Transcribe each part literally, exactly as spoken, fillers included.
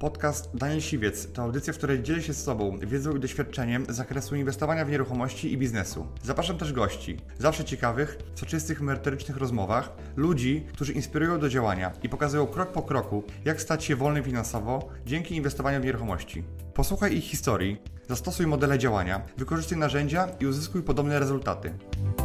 Podcast Daniel Siwiec to audycja, w której dzielę się z Tobą wiedzą i doświadczeniem z zakresu inwestowania w nieruchomości i biznesu. Zapraszam też gości, zawsze ciekawych, w soczystych, merytorycznych rozmowach, ludzi, którzy inspirują do działania i pokazują krok po kroku, jak stać się wolnym finansowo dzięki inwestowaniu w nieruchomości. Posłuchaj ich historii, zastosuj modele działania, wykorzystuj narzędzia i uzyskuj podobne rezultaty.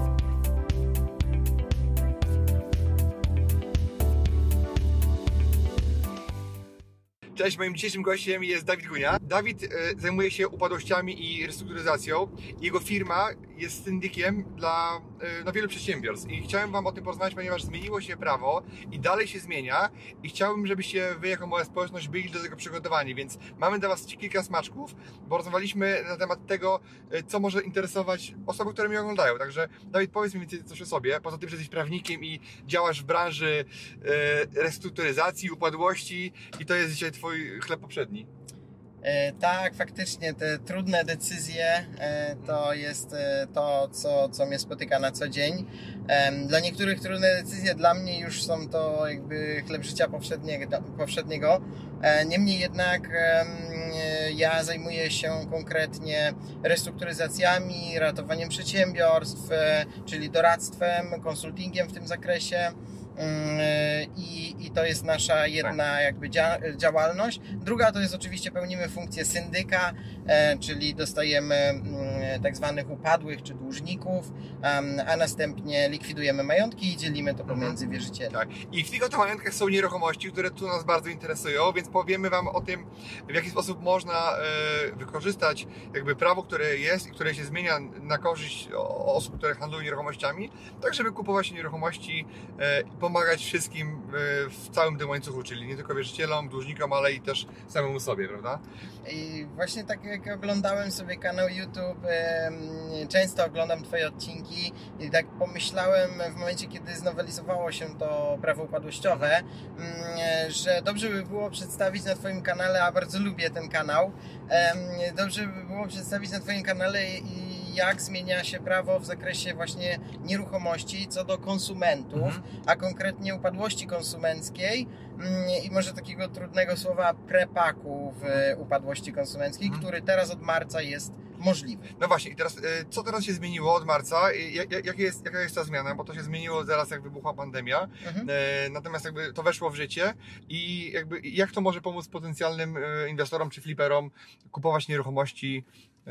Cześć, moim dzisiejszym gościem jest Dawid Gunia. Dawid e, zajmuje się upadłościami i restrukturyzacją. Jego firma jest syndykiem dla e, no, wielu przedsiębiorstw i chciałem Wam o tym porozmawiać, ponieważ zmieniło się prawo i dalej się zmienia i chciałbym, żebyście Wy jako moja społeczność byli do tego przygotowani, więc mamy dla Was kilka smaczków, bo rozmawialiśmy na temat tego, e, co może interesować osoby, które mnie oglądają. Także Dawid, powiedz mi więcej coś o sobie, poza tym, że jesteś prawnikiem i działasz w branży e, restrukturyzacji, upadłości i to jest dzisiaj Twój chleb poprzedni. E, tak, faktycznie te trudne decyzje e, to jest e, to, co, co mnie spotyka na co dzień. E, dla niektórych trudne decyzje, dla mnie już są to jakby chleb życia powszedniego. powszedniego. E, niemniej jednak e, ja zajmuję się konkretnie restrukturyzacjami, ratowaniem przedsiębiorstw, e, czyli doradztwem, konsultingiem w tym zakresie. I, I to jest nasza jedna jakby dzia, działalność. Druga to jest oczywiście pełnimy funkcję syndyka, e, czyli dostajemy m, tak zwanych upadłych czy dłużników, um, a następnie likwidujemy majątki i dzielimy to pomiędzy wierzycieli. Tak. I w tych oto majątkach są nieruchomości, które tu nas bardzo interesują, więc powiemy Wam o tym, w jaki sposób można e, wykorzystać jakby prawo, które jest i które się zmienia na korzyść osób, które handlują nieruchomościami, tak żeby kupować nieruchomości e, pomagać wszystkim w całym tym łańcuchu, czyli nie tylko wierzycielom, dłużnikom, ale i też samemu sobie, prawda? I właśnie tak jak oglądałem sobie kanał YouTube, często oglądam Twoje odcinki i tak pomyślałem w momencie, kiedy znowelizowało się to prawo upadłościowe, że dobrze by było przedstawić na Twoim kanale, a bardzo lubię ten kanał, dobrze by było przedstawić na Twoim kanale i jak zmienia się prawo w zakresie właśnie nieruchomości co do konsumentów, mhm. a konkretnie upadłości konsumenckiej i może takiego trudnego słowa prepaku w upadłości konsumenckiej, mhm. który teraz od marca jest możliwy. No właśnie, i teraz co teraz się zmieniło od marca? Jak, jak jest, jaka jest ta zmiana? Bo to się zmieniło zaraz, jak wybuchła pandemia, mhm. natomiast jakby to weszło w życie i jakby jak to może pomóc potencjalnym inwestorom czy fliperom kupować nieruchomości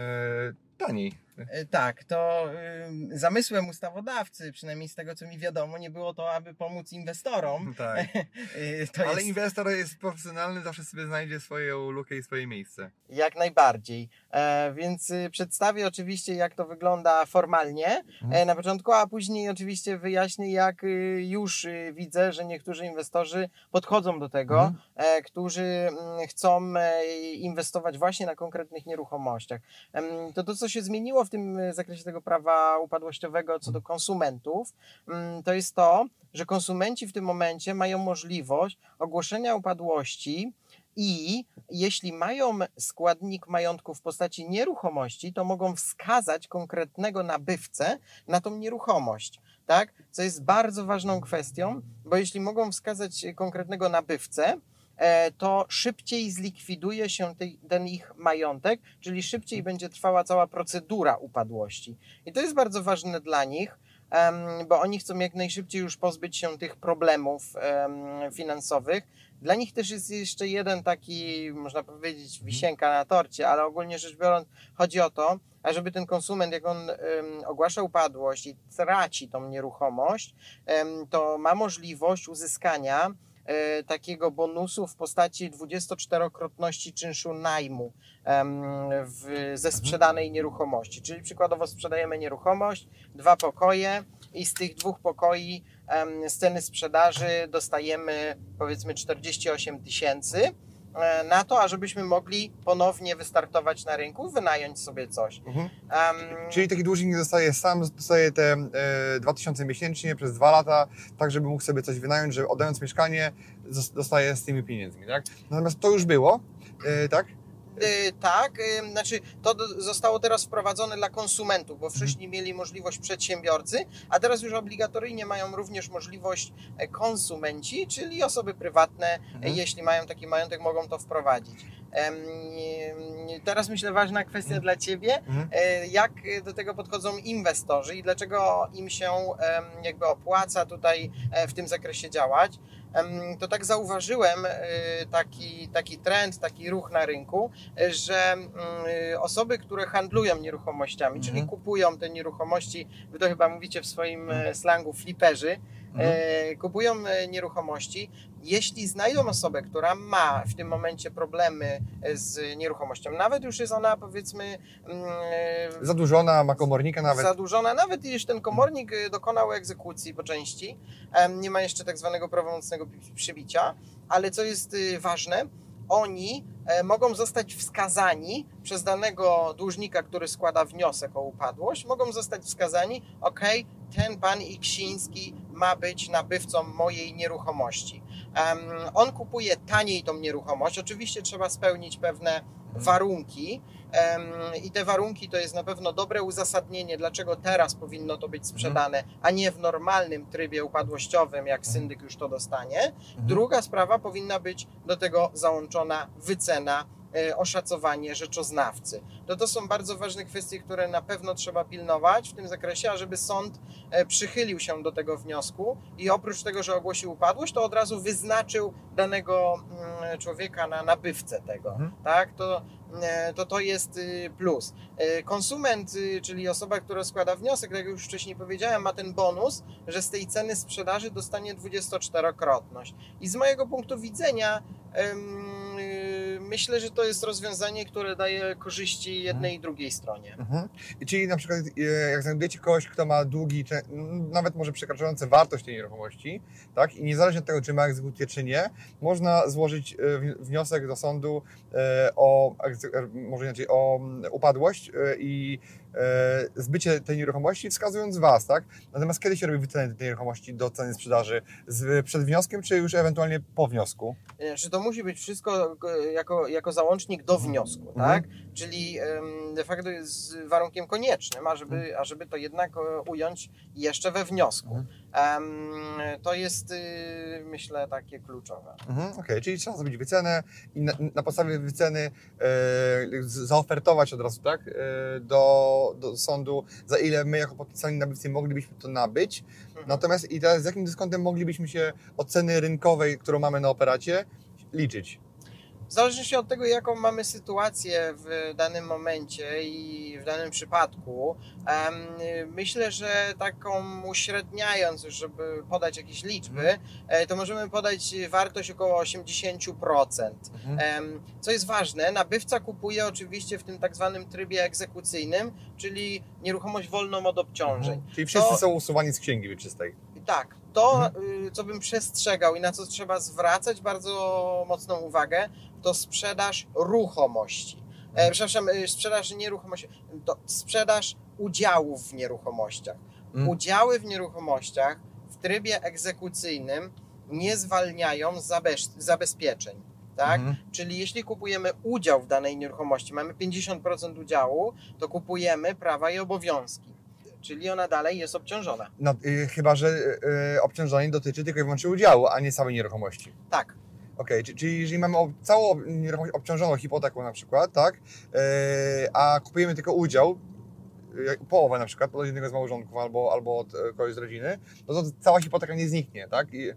taniej? Tak, to y, zamysłem ustawodawcy, przynajmniej z tego co mi wiadomo, nie było to, aby pomóc inwestorom. Tak. to Ale jest... inwestor jest profesjonalny, zawsze sobie znajdzie swoją lukę i swoje miejsce. Jak najbardziej. E, więc y, przedstawię oczywiście, jak to wygląda formalnie mhm. e, na początku, a później oczywiście wyjaśnię, jak y, już y, widzę, że niektórzy inwestorzy podchodzą do tego, mhm. e, którzy y, chcą e, inwestować właśnie na konkretnych nieruchomościach. E, to to, co się zmieniło w tym zakresie tego prawa upadłościowego co do konsumentów, to jest to, że konsumenci w tym momencie mają możliwość ogłoszenia upadłości i jeśli mają składnik majątku w postaci nieruchomości, to mogą wskazać konkretnego nabywcę na tą nieruchomość. Tak? Co jest bardzo ważną kwestią, bo jeśli mogą wskazać konkretnego nabywcę, to szybciej zlikwiduje się ten ich majątek, czyli szybciej będzie trwała cała procedura upadłości. I to jest bardzo ważne dla nich, bo oni chcą jak najszybciej już pozbyć się tych problemów finansowych. Dla nich też jest jeszcze jeden taki, można powiedzieć, wisienka na torcie, ale ogólnie rzecz biorąc chodzi o to, ażeby ten konsument, jak on um, ogłasza upadłość i traci tą nieruchomość, um, to ma możliwość uzyskania takiego bonusu w postaci dwudziestoczterokrotności czynszu najmu w, ze sprzedanej nieruchomości. Czyli przykładowo sprzedajemy nieruchomość, dwa pokoje i z tych dwóch pokoi z ceny sprzedaży dostajemy powiedzmy czterdzieści osiem tysięcy na to, ażebyśmy mogli ponownie wystartować na rynku, wynająć sobie coś. Mhm. Um, Czyli taki dłużnik nie dostaje sam, dostaje te e, dwa tysiące miesięcznie przez dwa lata, tak żeby mógł sobie coś wynająć, że oddając mieszkanie dostaje z tymi pieniędzmi, tak? Natomiast to już było, e, tak? y, tak, y, znaczy to do, zostało teraz wprowadzone dla konsumentów, bo wcześniej mieli możliwość przedsiębiorcy, a teraz już obligatoryjnie mają również możliwość e, konsumenci, czyli osoby prywatne, Mhm. e, jeśli mają taki majątek, mogą to wprowadzić. Em, y, teraz myślę ważna kwestia Mhm. dla Ciebie, Mhm. e, jak do tego podchodzą inwestorzy i dlaczego im się em, jakby opłaca tutaj e, w tym zakresie działać. Em, To tak zauważyłem e, taki, taki trend, taki ruch na rynku, e, że mm, e, osoby, które handlują nieruchomościami, czyli Mhm. kupują te nieruchomości, wy to chyba mówicie w swoim e, Mhm. slangu fliperzy, Mhm. e, kupują e, nieruchomości. Jeśli znajdą osobę, która ma w tym momencie problemy e, z nieruchomością, nawet już jest ona powiedzmy mm, e, Zadłużona, ma komornika nawet. zadłużona, nawet jeśli ten komornik y, dokonał egzekucji po części, em, nie ma jeszcze tak zwanego prawomocnego pi- przybicia, ale co jest y, ważne, oni e, mogą zostać wskazani przez danego dłużnika, który składa wniosek o upadłość, mogą zostać wskazani, ok, ten pan Iksiński ma być nabywcą mojej nieruchomości. Em, on kupuje taniej tą nieruchomość, oczywiście trzeba spełnić pewne warunki, Em, i te warunki to jest na pewno dobre uzasadnienie, dlaczego teraz powinno to być sprzedane, a nie w normalnym trybie upadłościowym, jak syndyk już to dostanie. Mhm. Druga sprawa, powinna być do tego załączona wycena, e, oszacowanie rzeczoznawcy. To to są bardzo ważne kwestie, które na pewno trzeba pilnować w tym zakresie, ażeby sąd e, przychylił się do tego wniosku i oprócz tego, że ogłosił upadłość, to od razu wyznaczył danego mm, człowieka na nabywcę tego. Mhm. Tak? To, e, to to jest y, plus. E, Konsument, y, czyli osoba, która składa wniosek, tak jak już wcześniej powiedziałem, ma ten bonus, że z tej ceny sprzedaży dostanie dwudziestoczterokrotność. I z mojego punktu widzenia em, y, myślę, że to jest rozwiązanie, które daje korzyści jednej i drugiej stronie. Mhm. I czyli na przykład e, jak znajdujecie kogoś, kto ma długi, czy m, nawet może przekraczające wartość tej nieruchomości, tak, i niezależnie od tego, czy ma egzekucję, czy nie, można złożyć e, w- wniosek do sądu e, o, egze- e, może inaczej, o mm, upadłość e, i e, zbycie tej nieruchomości, wskazując Was, tak? Natomiast kiedy się robi wycenę tej nieruchomości do ceny sprzedaży? Z, przed wnioskiem, czy już ewentualnie po wniosku? Znaczy, to musi być wszystko e, jako, jako załącznik do wniosku, Mhm. tak? Czyli em, de facto jest warunkiem koniecznym, ażeby, ażeby to jednak e, ująć jeszcze we wniosku. Em, to jest, y, myślę, takie kluczowe. Mhm, Okej, czyli trzeba zrobić wycenę i na, na podstawie wyceny e, z- zaofertować od razu, tak, e, do, do sądu, za ile my jako potencjalni nabywcy moglibyśmy to nabyć. Mhm. Natomiast i teraz z jakim dyskontem moglibyśmy się od ceny rynkowej, którą mamy na operacie, liczyć? W zależności od tego, jaką mamy sytuację w danym momencie i w danym przypadku, em, myślę, że taką uśredniając, już żeby podać jakieś liczby, e, to możemy podać wartość około osiemdziesiąt procent. Mhm. Em, Co jest ważne, nabywca kupuje oczywiście w tym tak zwanym trybie egzekucyjnym, czyli nieruchomość wolną od obciążeń. Mhm. Czyli wszyscy To- są usuwani z księgi wieczystej. Tak, to Mhm. y, co bym przestrzegał i na co trzeba zwracać bardzo mocną uwagę, to sprzedaż ruchomości. E, przepraszam, y, sprzedaż nieruchomości, to sprzedaż udziałów w nieruchomościach. Mm. Udziały w nieruchomościach w trybie egzekucyjnym nie zwalniają z zabez- zabezpieczeń. Tak? Mhm. Czyli jeśli kupujemy udział w danej nieruchomości, mamy pięćdziesiąt procent udziału, to kupujemy prawa i obowiązki. Czyli ona dalej jest obciążona. No, y, chyba że y, obciążenie dotyczy tylko i wyłącznie udziału, a nie samej nieruchomości. Tak. Okej, czyli, czyli jeżeli mamy ob- całą nieruchomość obciążoną hipoteką na przykład, tak, yy, a kupujemy tylko udział, yy, połowę na przykład od jednego z małżonków albo, albo od e, kogoś z rodziny, no to cała hipoteka nie zniknie, tak? I,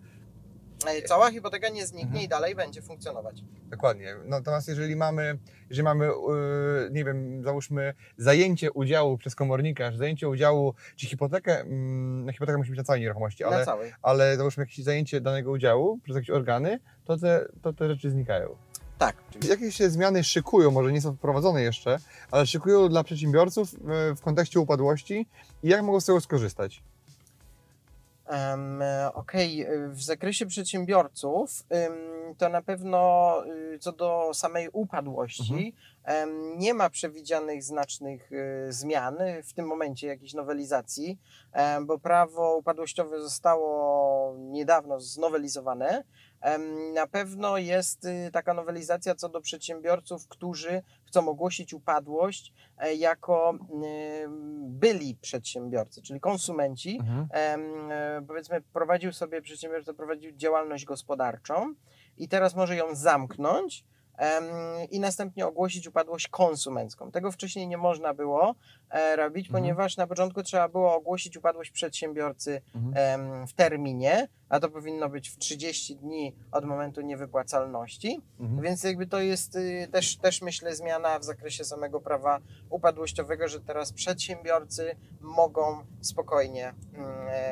E, Cała hipoteka nie zniknie Mhm. i dalej będzie funkcjonować. dokładnie. Natomiast jeżeli mamy, jeżeli mamy yy, nie wiem, załóżmy zajęcie udziału przez komornika, czy zajęcie udziału, czy hipotekę, mm, no hipoteka musi być na całej nieruchomości, Na ale, całej. ale załóżmy jakieś zajęcie danego udziału przez jakieś organy, to te, to te rzeczy znikają. Tak. Jakie się zmiany szykują, może nie są wprowadzone jeszcze, ale szykują dla przedsiębiorców e, w kontekście upadłości i jak mogą z tego skorzystać? Um, Okej, w zakresie przedsiębiorców ym, to na pewno y, co do samej upadłości em, nie ma przewidzianych znacznych y, zmian w tym momencie jakiejś nowelizacji, em, bo prawo upadłościowe zostało niedawno znowelizowane. Em, Na pewno jest y, taka nowelizacja co do przedsiębiorców, którzy chcą ogłosić upadłość e, jako y, byli przedsiębiorcy, czyli konsumenci. Mhm. Em, e, Powiedzmy, prowadził sobie przedsiębiorca, prowadził działalność gospodarczą i teraz może ją zamknąć em, i następnie ogłosić upadłość konsumencką. Tego wcześniej nie można było e, robić, Mhm. ponieważ na początku trzeba było ogłosić upadłość przedsiębiorcy Mhm. em, w terminie, a to powinno być w trzydzieści dni od momentu niewypłacalności. Mhm. Więc jakby to jest y, też, też myślę zmiana w zakresie samego prawa upadłościowego, że teraz przedsiębiorcy mogą spokojnie mm,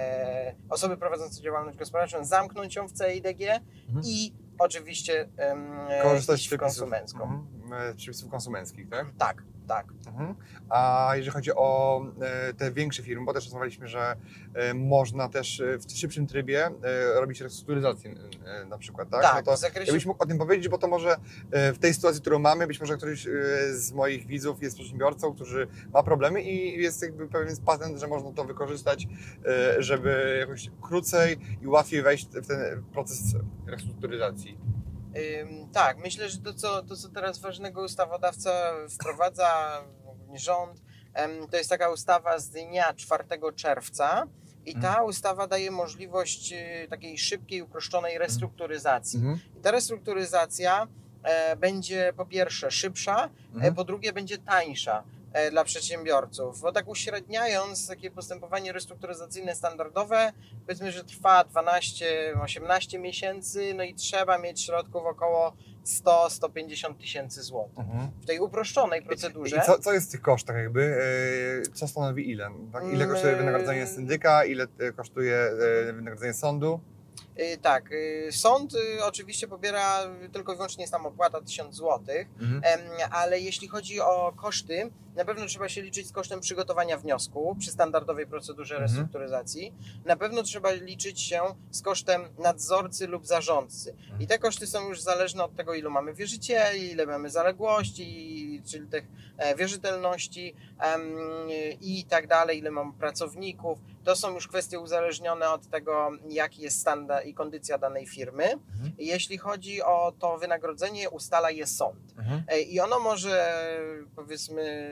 e, osoby prowadzące działalność gospodarczą zamknąć ją w C I D G Mhm. i oczywiście em, Korzystać z iść w przepisów, konsumencką. mhm, e, przepisów konsumenckich, tak? Tak, tak. Mhm. A jeżeli chodzi o e, te większe firmy, bo też rozmawialiśmy, że e, można też e, w szybszym trybie e, robić restrukturyzację e, na przykład, tak? Tak, No to w zakresie- jakbyś mógł o tym powiedzieć, bo to może e, w tej sytuacji, którą mamy, być może któryś e, z moich widzów jest przedsiębiorcą, który ma problemy i jest jakby pewien patent, że można to wykorzystać, e, żeby jakoś krócej i łatwiej wejść w ten proces restrukturyzacji. Ym, tak, myślę, że to co, to, co teraz ważnego ustawodawca wprowadza, rząd, em, to jest taka ustawa z dnia czwartego czerwca i ta ustawa daje możliwość y, takiej szybkiej, uproszczonej restrukturyzacji. Mhm. I ta restrukturyzacja e, będzie po pierwsze szybsza, e, Mhm. po drugie będzie tańsza e, dla przedsiębiorców, bo tak uśredniając takie postępowanie restrukturyzacyjne standardowe, powiedzmy, że trwa dwanaście osiemnaście miesięcy, no i trzeba mieć środków około sto do stu pięćdziesięciu tysięcy złotych. Mhm. W tej uproszczonej procedurze I co, co jest w tych kosztach jakby? E, Co stanowi ile? Tak? Ile kosztuje Mm, wynagrodzenie syndyka, ile e, kosztuje e, wynagrodzenie sądu? y, tak, y, sąd y, oczywiście pobiera tylko i wyłącznie jest tam opłata tysiąc złotych, Mhm. Em, ale jeśli chodzi o koszty, na pewno trzeba się liczyć z kosztem przygotowania wniosku przy standardowej procedurze Mhm. restrukturyzacji. Na pewno trzeba liczyć się z kosztem nadzorcy lub zarządcy. I te koszty są już zależne od tego, ilu mamy wierzycieli, ile mamy zaległości, czyli tych e, wierzytelności em, i tak dalej, ile mamy pracowników. To są już kwestie uzależnione od tego, jaki jest standard i kondycja danej firmy. Jeśli chodzi o to wynagrodzenie, ustala je sąd. Mhm. E, I ono może, powiedzmy,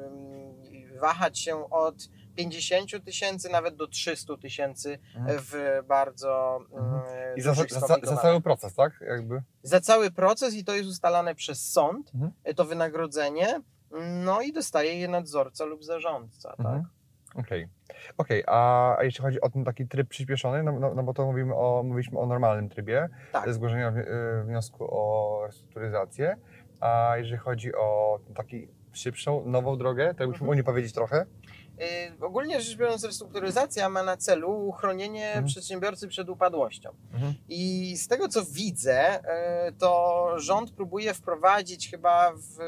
ym, wahać się od pięćdziesięciu tysięcy nawet do trzystu tysięcy Mhm. w bardzo Mhm. mm, I za, za, dużych za, za skomplikowanych. cały proces, tak? Jakby. Za cały proces i to jest ustalane przez sąd, Mhm. e, to wynagrodzenie, no i dostaje je nadzorca lub zarządca, tak? Mhm. Okej, Okej, a, a jeśli chodzi o ten taki tryb przyspieszony, no, no, no bo to mówimy o, mówiliśmy o normalnym trybie Tak. zgłoszenia wi- y, wniosku o restrukturyzację, a jeżeli chodzi o taki szybszą, nową drogę, to jakbyśmy Mhm. mogli powiedzieć trochę? Y, Ogólnie rzecz biorąc, restrukturyzacja ma na celu uchronienie Mhm. przedsiębiorcy przed upadłością. Mhm. I z tego co widzę, y, to rząd próbuje wprowadzić chyba w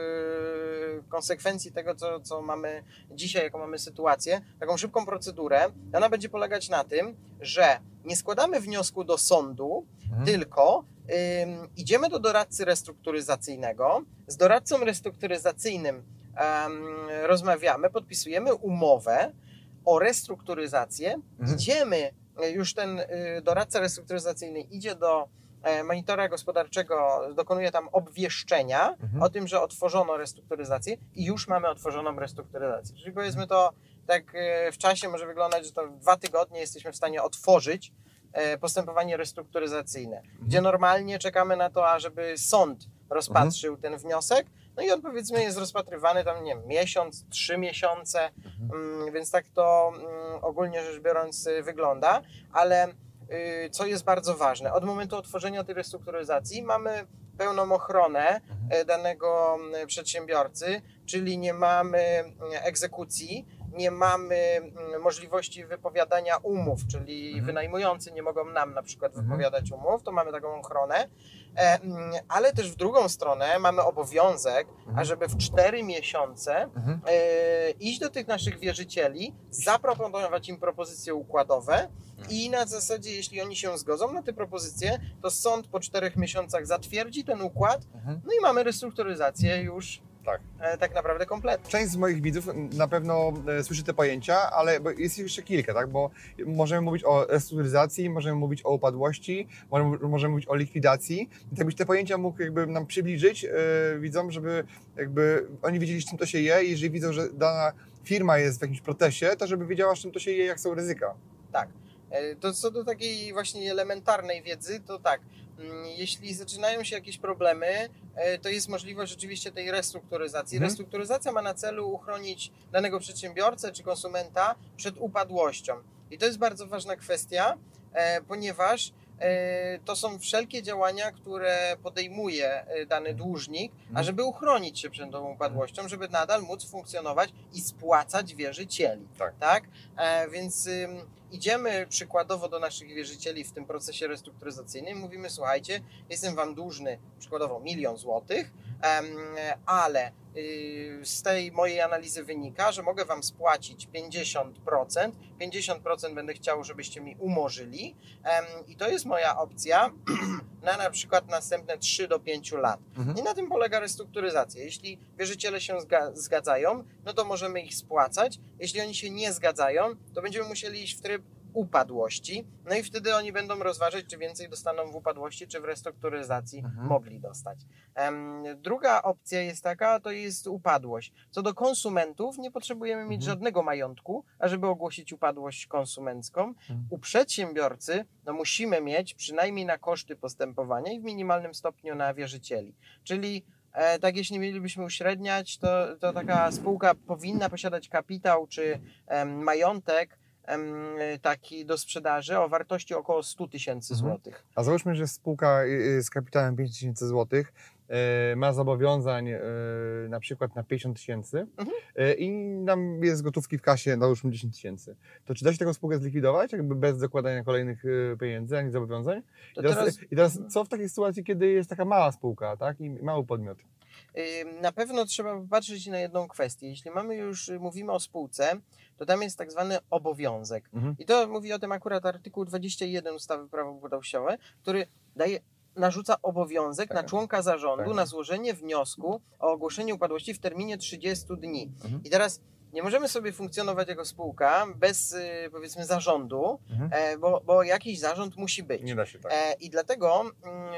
y, konsekwencji tego, co, co mamy dzisiaj, jaką mamy sytuację, taką szybką procedurę. Ona będzie polegać na tym, że nie składamy wniosku do sądu, Mhm. tylko ym, idziemy do doradcy restrukturyzacyjnego. Z doradcą restrukturyzacyjnym em, rozmawiamy, podpisujemy umowę o restrukturyzację. Mhm. Idziemy, już ten y, doradca restrukturyzacyjny idzie do e, monitora gospodarczego, dokonuje tam obwieszczenia Mhm. o tym, że otworzono restrukturyzację i już mamy otworzoną restrukturyzację. Czyli powiedzmy to tak e, w czasie może wyglądać, że to w dwa tygodnie jesteśmy w stanie otworzyć e, postępowanie restrukturyzacyjne, gdzie normalnie czekamy na to, ażeby sąd rozpatrzył ten wniosek, no i on powiedzmy jest rozpatrywany tam, nie wiem, miesiąc, trzy miesiące, mm, więc tak to mm, ogólnie rzecz biorąc y, wygląda, ale y, co jest bardzo ważne, od momentu otworzenia tej restrukturyzacji mamy pełną ochronę e, danego mm, przedsiębiorcy, czyli nie mamy mm, egzekucji, nie mamy mm, możliwości wypowiadania umów, czyli Mhm. wynajmujący nie mogą nam na przykład Mhm. wypowiadać umów, to mamy taką ochronę, e, mm, ale też w drugą stronę mamy obowiązek, Mhm. ażeby w cztery miesiące Mhm. e, iść do tych naszych wierzycieli, zaproponować im propozycje układowe i na zasadzie, jeśli oni się zgodzą na te propozycje, to sąd po czterech miesiącach zatwierdzi ten układ, Mhm. no i mamy restrukturyzację już Tak. e, tak naprawdę kompletną. Część z moich widzów na pewno e, słyszy te pojęcia, ale bo jest jeszcze kilka, tak? Bo możemy mówić o restrukturyzacji, możemy mówić o upadłości, możemy, możemy mówić o likwidacji. I tak byś te pojęcia mógł jakby nam przybliżyć e, widzom, żeby jakby oni wiedzieli, z czym to się je i jeżeli widzą, że dana firma jest w jakimś procesie, to żeby wiedziała, z czym to się je, jak są ryzyka. Tak. E, To co do takiej właśnie elementarnej wiedzy, to tak, mm, jeśli zaczynają się jakieś problemy, e, to jest możliwość rzeczywiście tej restrukturyzacji. Mhm. Restrukturyzacja ma na celu uchronić danego przedsiębiorcę czy konsumenta przed upadłością. I to jest bardzo ważna kwestia, e, ponieważ e, to są wszelkie działania, które podejmuje e, dany dłużnik, ażeby uchronić się przed tą upadłością, żeby nadal móc funkcjonować i spłacać wierzycieli. Tak. Tak? E, więc ym, idziemy przykładowo do naszych wierzycieli w tym procesie restrukturyzacyjnym, mówimy: słuchajcie, jestem wam dłużny przykładowo milion złotych, em, ale y, z tej mojej analizy wynika, że mogę wam spłacić pięćdziesiąt procent, pięćdziesiąt procent będę chciał, żebyście mi umorzyli, em, i to jest moja opcja na na przykład następne trzy do pięciu lat. Mhm. I na tym polega restrukturyzacja. Jeśli wierzyciele się zga- zgadzają, no to możemy ich spłacać. Jeśli oni się nie zgadzają, to będziemy musieli iść w tryb upadłości. No i wtedy oni będą rozważać, czy więcej dostaną w upadłości, czy w restrukturyzacji Mhm. mogli dostać. Em, druga opcja jest taka, to jest upadłość. Co do konsumentów, nie potrzebujemy mieć Mhm. żadnego majątku, ażeby ogłosić upadłość konsumencką. U przedsiębiorcy no, musimy mieć przynajmniej na koszty postępowania i w minimalnym stopniu na wierzycieli. Czyli e, tak jeśli mielibyśmy uśredniać, to, to taka spółka powinna posiadać kapitał czy em, majątek em, taki do sprzedaży o wartości około sto tysięcy Mhm. złotych. A załóżmy, że spółka y, z kapitałem pięć tysięcy złotych y, ma zobowiązań y, na przykład na pięćdziesiąt tysięcy Mhm. y, i nam jest gotówki w kasie, załóżmy dziesięć tysięcy. To czy da się taką spółkę zlikwidować, jakby bez dokładania kolejnych y, pieniędzy ani zobowiązań? To I teraz, teraz- I teraz co w takiej sytuacji, kiedy jest taka mała spółka, tak? I mały podmiot? Ym, Na pewno trzeba popatrzeć na jedną kwestię. Jeśli mamy już, y, mówimy o spółce, to tam jest tak zwany obowiązek. Mhm. I to mówi o tym akurat artykuł dwadzieścia jeden ustawy Prawo upadłościowe, który daje, narzuca obowiązek Tak. na członka zarządu Tak. na złożenie wniosku o ogłoszenie upadłości w terminie trzydziestu dni. Mhm. I teraz nie możemy sobie funkcjonować jako spółka bez, y, powiedzmy, zarządu, Mhm. e, bo, bo jakiś zarząd musi być. Nie da się tak. E, I dlatego mm,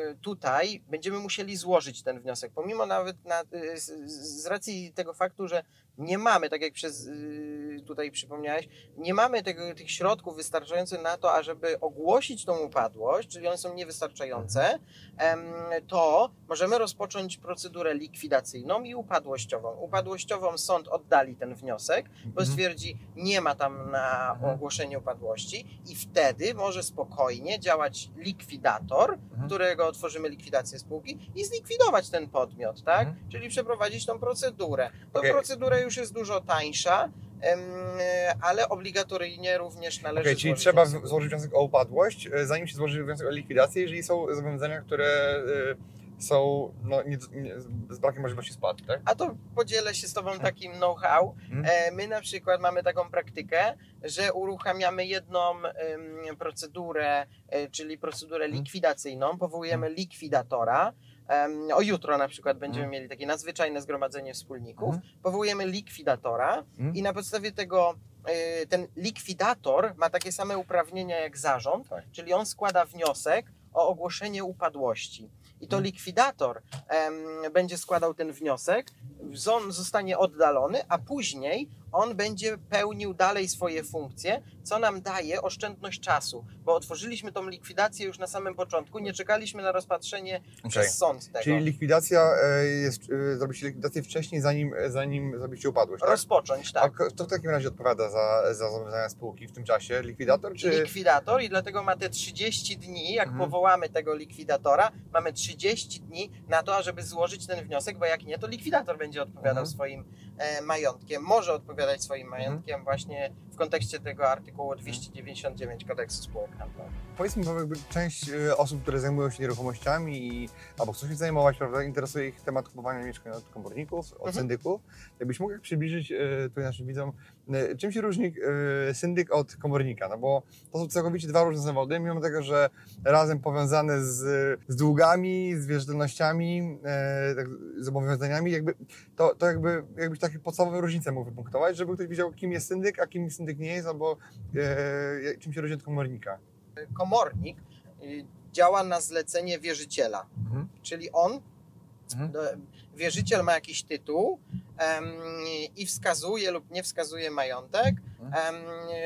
tutaj będziemy musieli złożyć ten wniosek, pomimo nawet na, y, z, z racji tego faktu, że nie mamy, tak jak przez y, tutaj przypomniałeś, nie mamy tego, tych środków wystarczających na to, ażeby ogłosić tą upadłość, czyli one są niewystarczające, em, to możemy rozpocząć procedurę likwidacyjną i upadłościową. Upadłościową sąd oddali ten wniosek, bo Mhm. stwierdzi, nie ma tam na Mhm. ogłoszenie upadłości i wtedy może spokojnie działać likwidator, Mhm. którego otworzymy likwidację spółki i zlikwidować ten podmiot, tak? Mhm. Czyli przeprowadzić tą procedurę. To Okej. procedura już jest dużo tańsza, em, ale obligatoryjnie również należy Okej, czyli złożyć trzeba wniosek. w- złożyć wniosek o upadłość, e, zanim się złoży wniosek o likwidację, jeżeli są zobowiązania, które e, są no, nie, nie, z brakiem możliwości spłaty, tak? A to podzielę się z Tobą takim know-how. Mhm. E, My na przykład mamy taką praktykę, że uruchamiamy jedną em, procedurę, e, czyli procedurę Mhm. likwidacyjną, powołujemy likwidatora. Em, O jutro na przykład będziemy Mhm. mieli takie nadzwyczajne zgromadzenie wspólników. Mhm. Powołujemy likwidatora Mhm. i na podstawie tego e, ten likwidator ma takie same uprawnienia jak zarząd, Tak. czyli on składa wniosek o ogłoszenie upadłości. I to Mhm. likwidator em, będzie składał ten wniosek, on zostanie oddalony, a później on będzie pełnił dalej swoje funkcje, co nam daje oszczędność czasu, bo otworzyliśmy tą likwidację już na samym początku, nie czekaliśmy na rozpatrzenie przez sąd tego. Czyli likwidacja e, jest, e, zrobiliście likwidację wcześniej, zanim, zanim zrobiliście upadłość, tak? Rozpocząć, A tak. kto w takim razie odpowiada za, za zobowiązania spółki w tym czasie? Likwidator czy... Likwidator i dlatego ma te trzydzieści dni, jak Mhm. powołamy tego likwidatora, mamy trzydzieści dni na to, ażeby złożyć ten wniosek, bo jak nie, to likwidator będzie odpowiadał Mhm. swoim e, majątkiem, może odpowiadać swoim Mhm. majątkiem właśnie w kontekście tego artykułu dwieście dziewięćdziesiąt dziewięć Kodeksu Spółek Handlowych. Powiedz mi, bo jakby część e, osób, które zajmują się nieruchomościami i albo chcą się zajmować, prawda, interesuje ich temat kupowania mieszkań od komorników, od Mhm. syndyków. Jakbyś mógł jak przybliżyć e, tutaj naszym widzom, e, czym się różni e, syndyk od komornika? No bo to są całkowicie dwa różne zawody, mimo tego, że razem powiązane z, z długami, z wierzytelnościami, e, tak, zobowiązaniami, jakby to, to jakby, jakbyś takie podstawowe różnice mógł wypunktować, żeby ktoś wiedział, kim jest syndyk, a kim syndyk nie jest, albo e, czym się różni od komornika. Komornik y, działa na zlecenie wierzyciela, Mhm. czyli on, Mhm. do, wierzyciel ma jakiś tytuł em, i wskazuje lub nie wskazuje majątek em,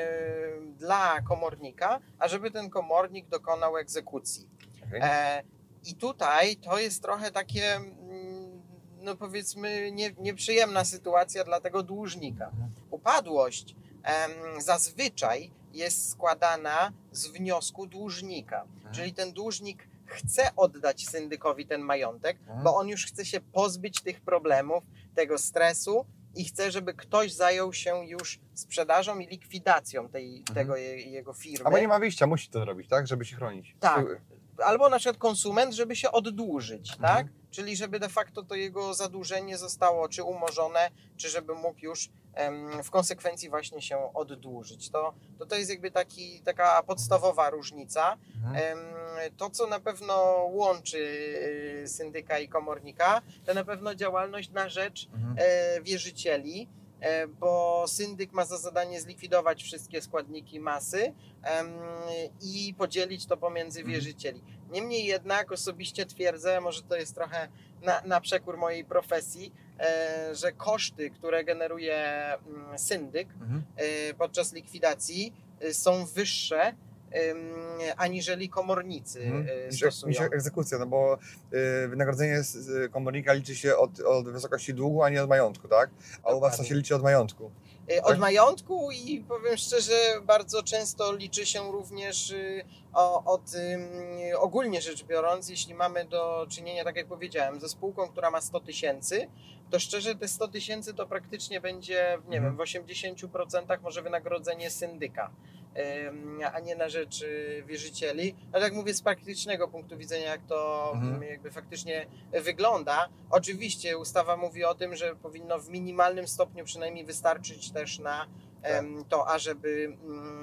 y, dla komornika, ażeby ten komornik dokonał egzekucji. Okay. E, I tutaj to jest trochę takie, mm, no powiedzmy, nie, nieprzyjemna sytuacja dla tego dłużnika. Upadłość em, zazwyczaj jest składana z wniosku dłużnika, czyli ten dłużnik chce oddać syndykowi ten majątek, Mhm. bo on już chce się pozbyć tych problemów, tego stresu i chce, żeby ktoś zajął się już sprzedażą i likwidacją tej, tego je, jego firmy. Albo nie ma wyjścia, musi to zrobić, tak? Żeby się chronić. Tak. Albo na przykład konsument, żeby się oddłużyć, Mhm. tak? Czyli żeby de facto to jego zadłużenie zostało czy umorzone, czy żeby mógł już em, w konsekwencji właśnie się oddłużyć. To, to, to jest jakby taki, taka podstawowa różnica. Mhm. Em, to, co na pewno łączy y, syndyka i komornika, to na pewno działalność na rzecz Mhm. e, wierzycieli, e, bo syndyk ma za zadanie zlikwidować wszystkie składniki masy em, i podzielić to pomiędzy Mhm. wierzycieli. Niemniej jednak osobiście twierdzę, może to jest trochę na, na przekór mojej profesji, e, że koszty, które generuje mm, syndyk Mhm. e, podczas likwidacji e, są wyższe em, aniżeli komornicy Mhm. e, Niż, stosują. niż egzekucja, no bo y, wynagrodzenie z, z komornika liczy się od, od wysokości długu, a nie od majątku, tak? A u was to Dokładnie. się liczy od majątku. E, Od tak? majątku i powiem szczerze, bardzo często liczy się również y, o, od ym, ogólnie rzecz biorąc, jeśli mamy do czynienia, tak jak powiedziałem, ze spółką, która ma sto tysięcy, to szczerze te sto tysięcy to praktycznie będzie, nie Mhm. wiem, w osiemdziesięciu procentach może wynagrodzenie syndyka, ym, a nie na rzecz y, wierzycieli. Ale jak mówię, z praktycznego punktu widzenia, jak to Mhm. ym, jakby faktycznie wygląda. Oczywiście ustawa mówi o tym, że powinno w minimalnym stopniu przynajmniej wystarczyć też na em, to, ażeby mm,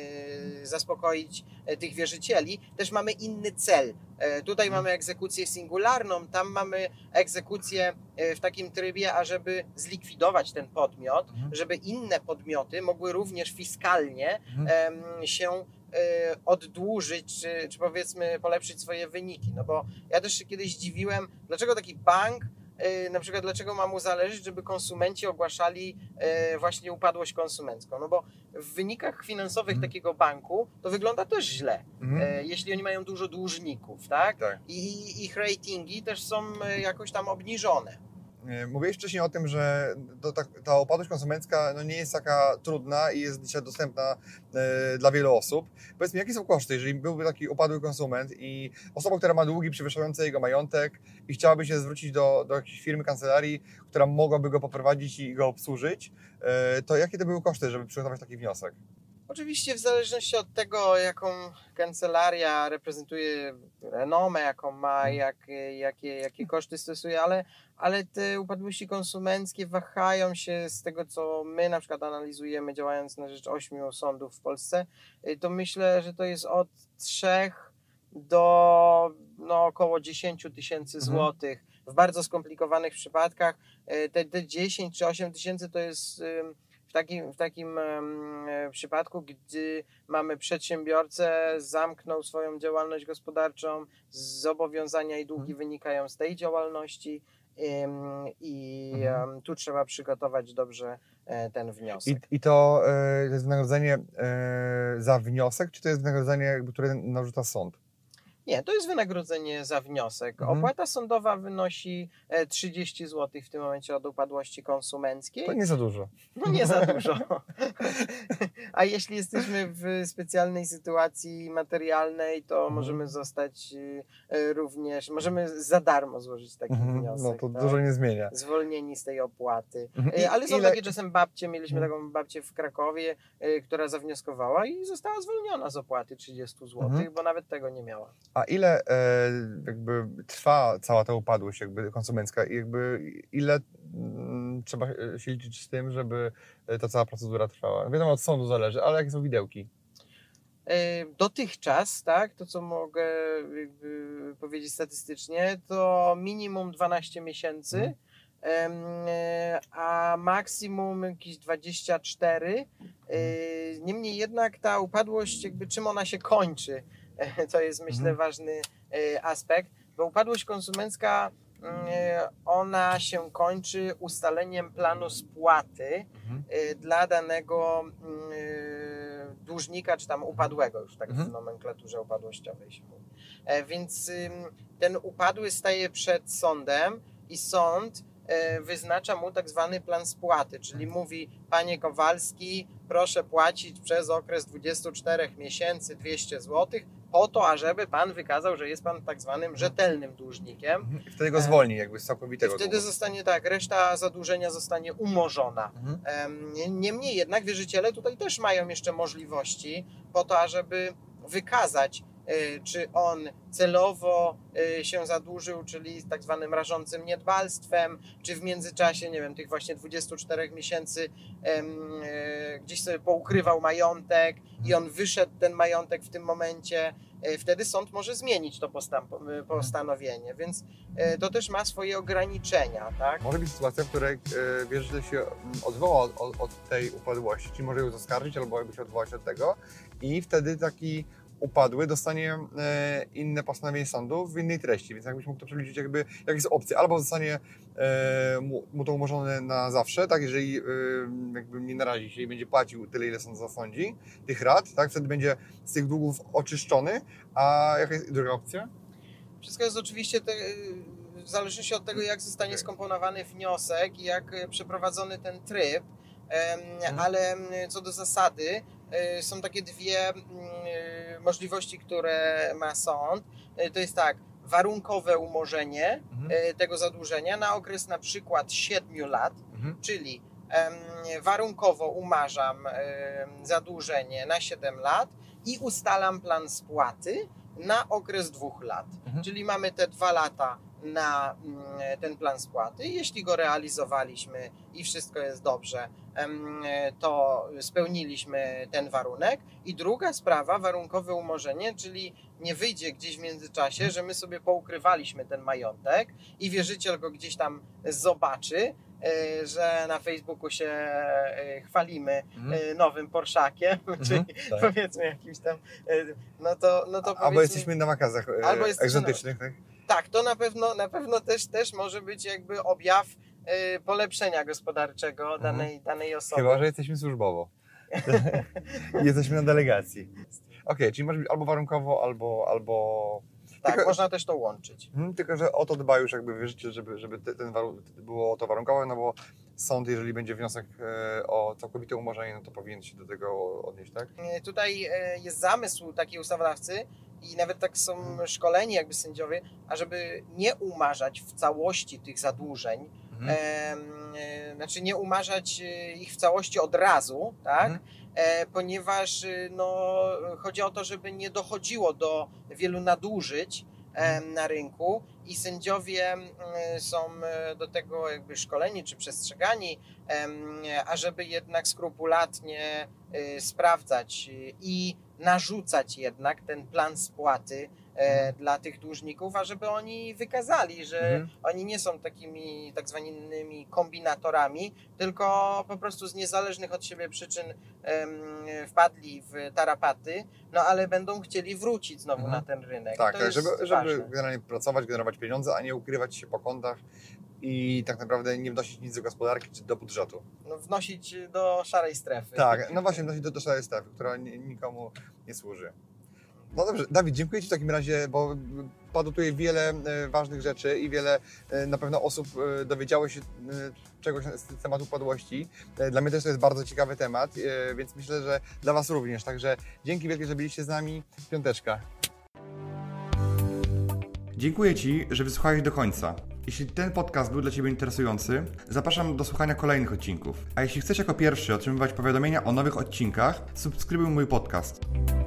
zaspokoić e, tych wierzycieli. Też mamy inny cel. E, Tutaj Mhm. mamy egzekucję singularną, tam mamy egzekucję e, w takim trybie, ażeby zlikwidować ten podmiot, Mhm. żeby inne podmioty mogły również fiskalnie Mhm. em, się e, oddłużyć, czy, czy powiedzmy polepszyć swoje wyniki. No bo ja też się kiedyś dziwiłem, dlaczego taki bank, e, na przykład dlaczego ma mu zależeć, żeby konsumenci ogłaszali e, właśnie upadłość konsumencką. No bo w wynikach finansowych Mhm. takiego banku to wygląda też źle, Mhm. e, jeśli oni mają dużo dłużników, tak? Tak. I ich ratingi też są e, jakoś tam obniżone. E, Mówiłeś wcześniej o tym, że to, ta, ta upadłość konsumencka no, nie jest taka trudna i jest dzisiaj dostępna e, dla wielu osób. Powiedz mi, jakie są koszty, jeżeli byłby taki upadły konsument i osoba, która ma długi przewyższające jego majątek i chciałaby się zwrócić do, do jakiejś firmy, kancelarii, która mogłaby go poprowadzić i go obsłużyć, e, to jakie to były koszty, żeby przygotować taki wniosek? Oczywiście w zależności od tego, jaką kancelaria reprezentuje, renomę, jaką ma, jak, jakie, jakie koszty stosuje, ale, ale te upadłości konsumenckie wahają się z tego, co my na przykład analizujemy, działając na rzecz ośmiu sądów w Polsce, to myślę, że to jest od trzech do no, około dziesięć tysięcy Mhm. złotych. W bardzo skomplikowanych przypadkach te, te dziesięć czy osiem tysięcy to jest ym, w takim, w takim um, przypadku, gdy mamy przedsiębiorcę, zamknął swoją działalność gospodarczą, zobowiązania i długi Mhm. wynikają z tej działalności ym, i Mhm. um, tu trzeba przygotować dobrze e, ten wniosek. I, i to, e, to jest wynagrodzenie e, za wniosek, czy to jest wynagrodzenie, jakby, które narzuca sąd? Nie, to jest wynagrodzenie za wniosek. Mhm. Opłata sądowa wynosi e, trzydzieści złotych w tym momencie od upadłości konsumenckiej. To nie za dużo. No nie za dużo. A jeśli jesteśmy w specjalnej sytuacji materialnej, to Mhm. możemy zostać e, również, możemy za darmo złożyć taki Mhm. wniosek. No to tak? dużo nie zmienia. Zwolnieni z tej opłaty. Mhm. E, I Ale są ile- takie czasem babcie, mieliśmy Mhm. taką babcię w Krakowie, e, która zawnioskowała i została zwolniona z opłaty trzydzieści złotych, Mhm. bo nawet tego nie miała. A ile e, jakby trwa cała ta upadłość jakby konsumencka i jakby ile mm, trzeba się liczyć z tym, żeby ta cała procedura trwała? Wiadomo, od sądu zależy, ale jakie są widełki? E, Dotychczas, tak, to co mogę jakby powiedzieć statystycznie, to minimum dwanaście miesięcy, Mhm. em, e, a maksimum jakieś dwadzieścia cztery. E, Niemniej jednak ta upadłość, jakby czym ona się kończy, e, to jest myślę Mhm. ważny e, aspekt, bo upadłość konsumencka mm, e, ona się kończy ustaleniem planu spłaty Mhm. y, dla danego y, dłużnika, czy tam upadłego, już tak Mhm. w nomenklaturze upadłościowej się mówi. E, Więc ym, ten upadły staje przed sądem i sąd e, wyznacza mu tak zwany plan spłaty, czyli mówi: panie Kowalski, proszę płacić przez okres dwudziestu czterech miesięcy dwieście złotych, po to, ażeby pan wykazał, że jest pan tak zwanym rzetelnym dłużnikiem. Mhm. I wtedy go zwolni jakby z I całkowitego wtedy długu. zostanie tak, reszta zadłużenia zostanie umorzona. Mhm. Em, nie- Niemniej jednak wierzyciele tutaj też mają jeszcze możliwości po to, ażeby wykazać, y, czy on celowo y, się zadłużył, czyli tak zwanym rażącym niedbalstwem, czy w międzyczasie, nie wiem, tych właśnie dwudziestu czterech miesięcy em, y, gdzieś sobie poukrywał majątek i on wyszedł ten majątek w tym momencie. Y, Wtedy sąd może zmienić to postam- y, postanowienie, więc y, to też ma swoje ograniczenia, tak? Może być sytuacja, w której e, wierzyciel się mm, odwoła od, od, od tej upadłości, czyli może ją zaskarżyć albo jakby się odwołać od tego i wtedy taki upadły dostanie e, inne postanowienie sądu w innej treści, więc jakbyś mógł to przeliczyć jakby, jakie są opcje, albo zostanie e, mu, mu to umorzone na zawsze, tak, jeżeli e, jakby nie narazi się i będzie płacił tyle, ile sąd zasądzi, tych rat, tak, wtedy będzie z tych długów oczyszczony, a jaka jest druga opcja? Wszystko jest oczywiście te, w zależności od tego, jak zostanie Okej. skomponowany wniosek i jak e, przeprowadzony ten tryb, em, Mhm. ale em, co do zasady e, są takie dwie mm, e, możliwości, które ma sąd. E, To jest tak, warunkowe umorzenie Mhm. e, tego zadłużenia na okres na przykład siedmiu lat, Mhm. czyli em, warunkowo umarzam em, zadłużenie na siedem lat i ustalam plan spłaty na okres dwóch lat. Mhm. Czyli mamy te dwa lata na mm, ten plan spłaty. Jeśli go realizowaliśmy i wszystko jest dobrze, em, to spełniliśmy ten warunek. I druga sprawa, warunkowe umorzenie, czyli nie wyjdzie gdzieś w międzyczasie, że my sobie poukrywaliśmy ten majątek i wierzyciel go gdzieś tam zobaczy, e, że na Facebooku się e, chwalimy Mhm. e, nowym Porszakiem, czyli tak. powiedzmy jakimś tam, e, no to, no to Albo powiedzmy, jesteśmy na wakacjach e, Albo jesteśmy na- egzotycznych, tak? tak, to na pewno, na pewno też, też może być jakby objaw e, polepszenia gospodarczego danej, danej osoby. Chyba, że jesteśmy służbowo. Jesteśmy na delegacji. Okej, czyli może być albo warunkowo, albo... albo... Tak, tylko- można też to łączyć. Mhm, tylko, że o to dba już jakby wierzyciel, żeby, żeby te- ten waru- było to warunkowe, no bo sąd, jeżeli będzie wniosek e, o całkowite umorzenie, no to powinien się do tego odnieść, tak? E, Tutaj e, jest zamysł takiej ustawodawcy i nawet tak są szkoleni jakby sędziowie, ażeby nie umarzać w całości tych zadłużeń, Mhm. em, e, znaczy nie umarzać e, ich w całości od razu, tak? Mhm. E, ponieważ e, no, chodzi o to, żeby nie dochodziło do wielu nadużyć em, na rynku i sędziowie em, są e, do tego jakby szkoleni czy przestrzegani, em, ażeby jednak skrupulatnie e, sprawdzać e, i narzucać jednak ten plan spłaty e, dla tych dłużników, ażeby oni wykazali, że Mhm. oni nie są takimi tak zwanymi kombinatorami, tylko po prostu z niezależnych od siebie przyczyn em, wpadli w tarapaty, no ale będą chcieli wrócić znowu Mhm. na ten rynek. Tak, to tak, jest żeby, żeby ważne. generalnie pracować, generować pieniądze, a nie ukrywać się po kątach i tak naprawdę nie wnosić nic do gospodarki czy do budżetu. No, wnosić do szarej strefy. Tak, no właśnie wnosić do, do szarej strefy, która ni- nikomu nie służy. No dobrze, Dawid, dziękuję Ci w takim razie, bo padło tutaj wiele e, ważnych rzeczy i wiele e, na pewno osób e, dowiedziało się e, czegoś z tematu upadłości. E, dla mnie też to jest bardzo ciekawy temat, e, więc myślę, że dla Was również. Także dzięki wielkie, że byliście z nami. Piąteczka. Dziękuję Ci, że wysłuchałeś do końca. Jeśli ten podcast był dla Ciebie interesujący, zapraszam do słuchania kolejnych odcinków. A jeśli chcesz jako pierwszy otrzymywać powiadomienia o nowych odcinkach, subskrybuj mój podcast.